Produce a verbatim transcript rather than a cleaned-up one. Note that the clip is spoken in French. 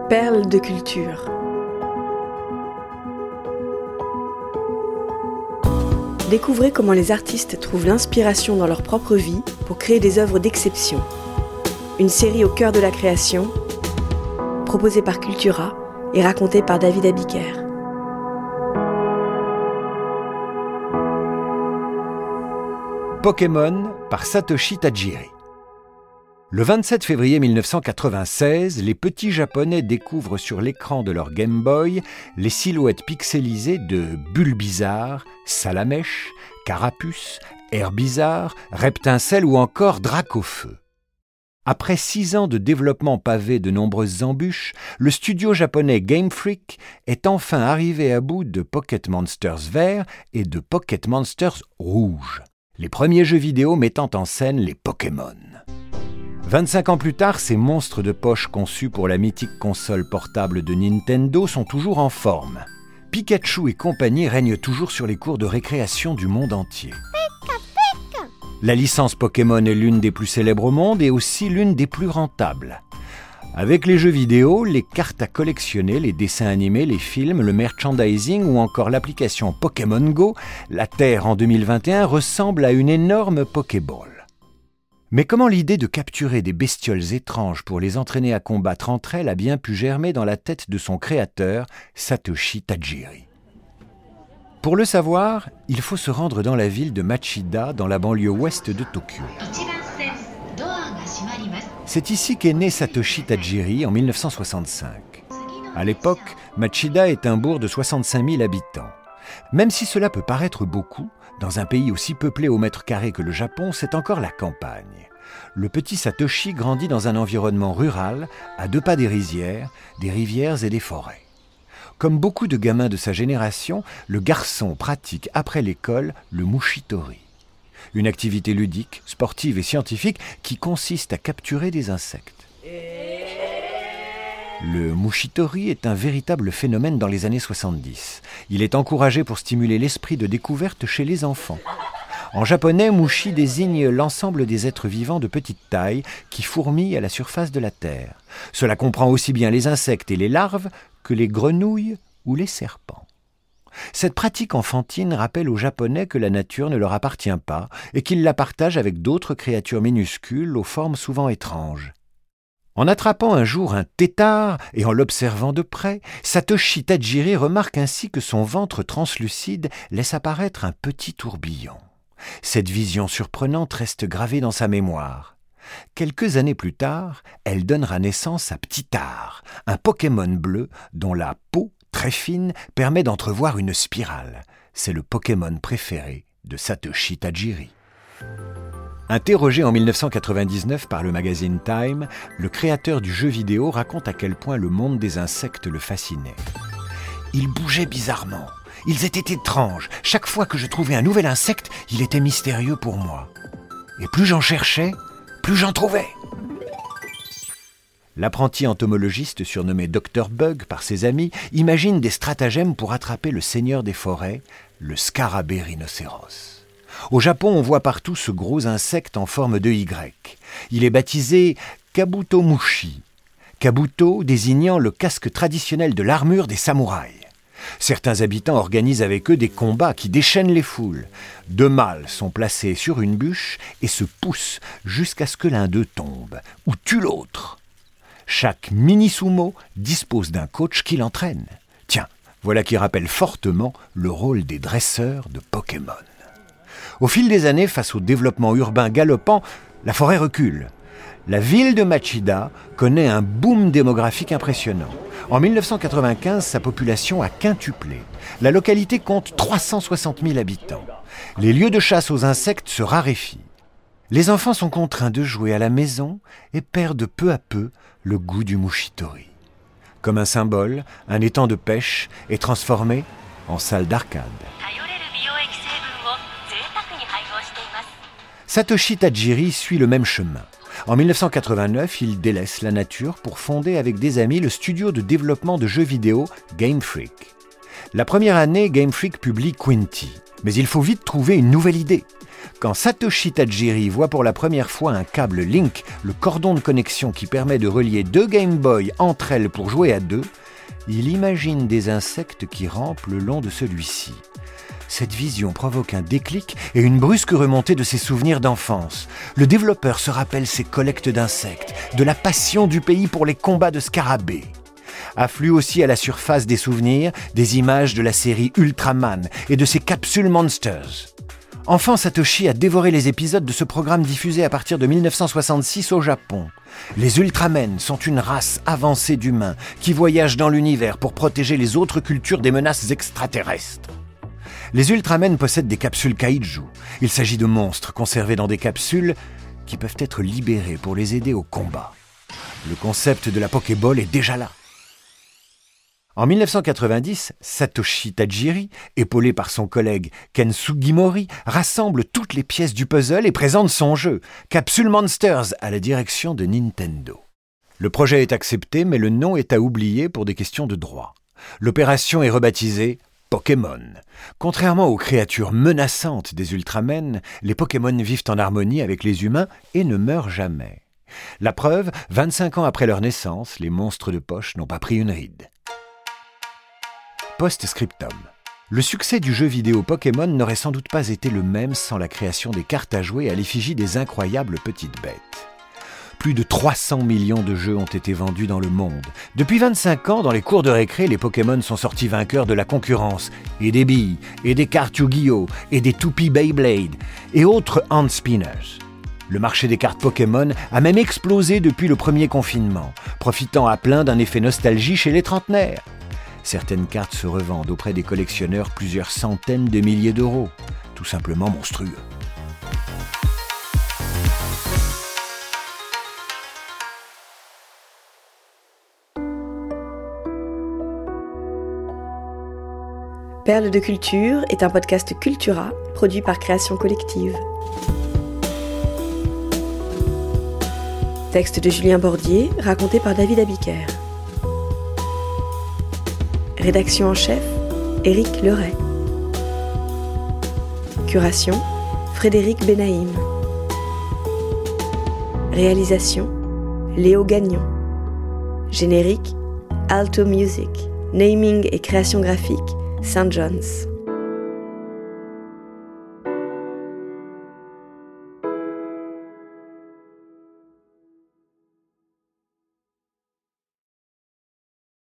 Perles de culture. Découvrez comment les artistes trouvent l'inspiration dans leur propre vie pour créer des œuvres d'exception. Une série au cœur de la création, proposée par Cultura et racontée par David Abiker. Pokémon par Satoshi Tajiri. Le vingt-sept février mille neuf cent quatre-vingt-seize, les petits Japonais découvrent sur l'écran de leur Game Boy les silhouettes pixelisées de Bulbizarre, Salamèche, Carapuce, Herbizarre, Reptincelle ou encore Dracofeu. Après six ans de développement pavé de nombreuses embûches, le studio japonais Game Freak est enfin arrivé à bout de Pocket Monsters vert et de Pocket Monsters rouge, les premiers jeux vidéo mettant en scène les Pokémon. vingt-cinq ans plus tard, ces monstres de poche conçus pour la mythique console portable de Nintendo sont toujours en forme. Pikachu et compagnie règnent toujours sur les cours de récréation du monde entier. La licence Pokémon est l'une des plus célèbres au monde et aussi l'une des plus rentables. Avec les jeux vidéo, les cartes à collectionner, les dessins animés, les films, le merchandising ou encore l'application Pokémon Go, la Terre en deux mille vingt et un ressemble à une énorme Pokéball. Mais comment l'idée de capturer des bestioles étranges pour les entraîner à combattre entre elles a bien pu germer dans la tête de son créateur, Satoshi Tajiri? Pour le savoir, il faut se rendre dans la ville de Machida, dans la banlieue ouest de Tokyo. C'est ici qu'est né Satoshi Tajiri en mille neuf cent soixante-cinq. À l'époque, Machida est un bourg de soixante-cinq mille habitants. Même si cela peut paraître beaucoup, dans un pays aussi peuplé au mètre carré que le Japon, c'est encore la campagne. Le petit Satoshi grandit dans un environnement rural, à deux pas des rizières, des rivières et des forêts. Comme beaucoup de gamins de sa génération, le garçon pratique après l'école le mushitori. Une activité ludique, sportive et scientifique qui consiste à capturer des insectes. Le mushitori est un véritable phénomène dans les années soixante-dix. Il est encouragé pour stimuler l'esprit de découverte chez les enfants. En japonais, mushi désigne l'ensemble des êtres vivants de petite taille qui fourmillent à la surface de la Terre. Cela comprend aussi bien les insectes et les larves que les grenouilles ou les serpents. Cette pratique enfantine rappelle aux Japonais que la nature ne leur appartient pas et qu'ils la partagent avec d'autres créatures minuscules aux formes souvent étranges. En attrapant un jour un tétard et en l'observant de près, Satoshi Tajiri remarque ainsi que son ventre translucide laisse apparaître un petit tourbillon. Cette vision surprenante reste gravée dans sa mémoire. Quelques années plus tard, elle donnera naissance à Ptittar, un Pokémon bleu dont la peau, très fine, permet d'entrevoir une spirale. C'est le Pokémon préféré de Satoshi Tajiri. Interrogé en mille neuf cent quatre-vingt-dix-neuf par le magazine Time, le créateur du jeu vidéo raconte à quel point le monde des insectes le fascinait. Ils bougeaient bizarrement, ils étaient étranges. Chaque fois que je trouvais un nouvel insecte, il était mystérieux pour moi. Et plus j'en cherchais, plus j'en trouvais. L'apprenti entomologiste surnommé docteur Bug par ses amis imagine des stratagèmes pour attraper le seigneur des forêts, le scarabée rhinocéros. Au Japon, on voit partout ce gros insecte en forme de Y. Il est baptisé Kabutomushi, Kabuto désignant le casque traditionnel de l'armure des samouraïs. Certains habitants organisent avec eux des combats qui déchaînent les foules. Deux mâles sont placés sur une bûche et se poussent jusqu'à ce que l'un d'eux tombe ou tue l'autre. Chaque mini-sumo dispose d'un coach qui l'entraîne. Tiens, voilà qui rappelle fortement le rôle des dresseurs de Pokémon. Au fil des années, face au développement urbain galopant, la forêt recule. La ville de Machida connaît un boom démographique impressionnant. En mille neuf cent quatre-vingt-quinze, sa population a quintuplé. La localité compte trois cent soixante mille habitants. Les lieux de chasse aux insectes se raréfient. Les enfants sont contraints de jouer à la maison et perdent peu à peu le goût du mushitori. Comme un symbole, un étang de pêche est transformé en salle d'arcade. Satoshi Tajiri suit le même chemin. En mille neuf cent quatre-vingt-neuf, il délaisse la nature pour fonder avec des amis le studio de développement de jeux vidéo Game Freak. La première année, Game Freak publie Quinty. Mais il faut vite trouver une nouvelle idée. Quand Satoshi Tajiri voit pour la première fois un câble Link, le cordon de connexion qui permet de relier deux Game Boy entre elles pour jouer à deux, il imagine des insectes qui rampent le long de celui-ci. Cette vision provoque un déclic et une brusque remontée de ses souvenirs d'enfance. Le développeur se rappelle ses collectes d'insectes, de la passion du pays pour les combats de scarabées. Affluent aussi à la surface des souvenirs des images de la série Ultraman et de ses capsules Monsters. Enfant, Satoshi a dévoré les épisodes de ce programme diffusé à partir de dix-neuf cent soixante-six au Japon. Les Ultramen sont une race avancée d'humains qui voyagent dans l'univers pour protéger les autres cultures des menaces extraterrestres. Les Ultramen possèdent des capsules Kaiju. Il s'agit de monstres conservés dans des capsules qui peuvent être libérés pour les aider au combat. Le concept de la Pokéball est déjà là. En dix-neuf cent quatre-vingt-dix, Satoshi Tajiri, épaulé par son collègue Ken Sugimori, rassemble toutes les pièces du puzzle et présente son jeu, Capsule Monsters, à la direction de Nintendo. Le projet est accepté, mais le nom est à oublier pour des questions de droit. L'opération est rebaptisée Pokémon. Contrairement aux créatures menaçantes des Ultramen, les Pokémon vivent en harmonie avec les humains et ne meurent jamais. La preuve, vingt-cinq ans après leur naissance, les monstres de poche n'ont pas pris une ride. Post-scriptum. Le succès du jeu vidéo Pokémon n'aurait sans doute pas été le même sans la création des cartes à jouer à l'effigie des incroyables petites bêtes. Plus de trois cents millions de jeux ont été vendus dans le monde. Depuis vingt-cinq ans, dans les cours de récré, les Pokémon sont sortis vainqueurs de la concurrence, et des billes, et des cartes Yu-Gi-Oh!, et des toupies Beyblade, et autres hand spinners. Le marché des cartes Pokémon a même explosé depuis le premier confinement, profitant à plein d'un effet nostalgie chez les trentenaires. Certaines cartes se revendent auprès des collectionneurs plusieurs centaines de milliers d'euros. Tout simplement monstrueux. Perles de culture est un podcast Cultura, produit par Création Collective. Texte de Julien Bordier, raconté par David Abiker. Rédaction en chef, Éric Leray. Curation, Frédéric Benaïm. Réalisation, Léo Gagnon. Générique, Alto Music. Naming et création graphique, Saint John's.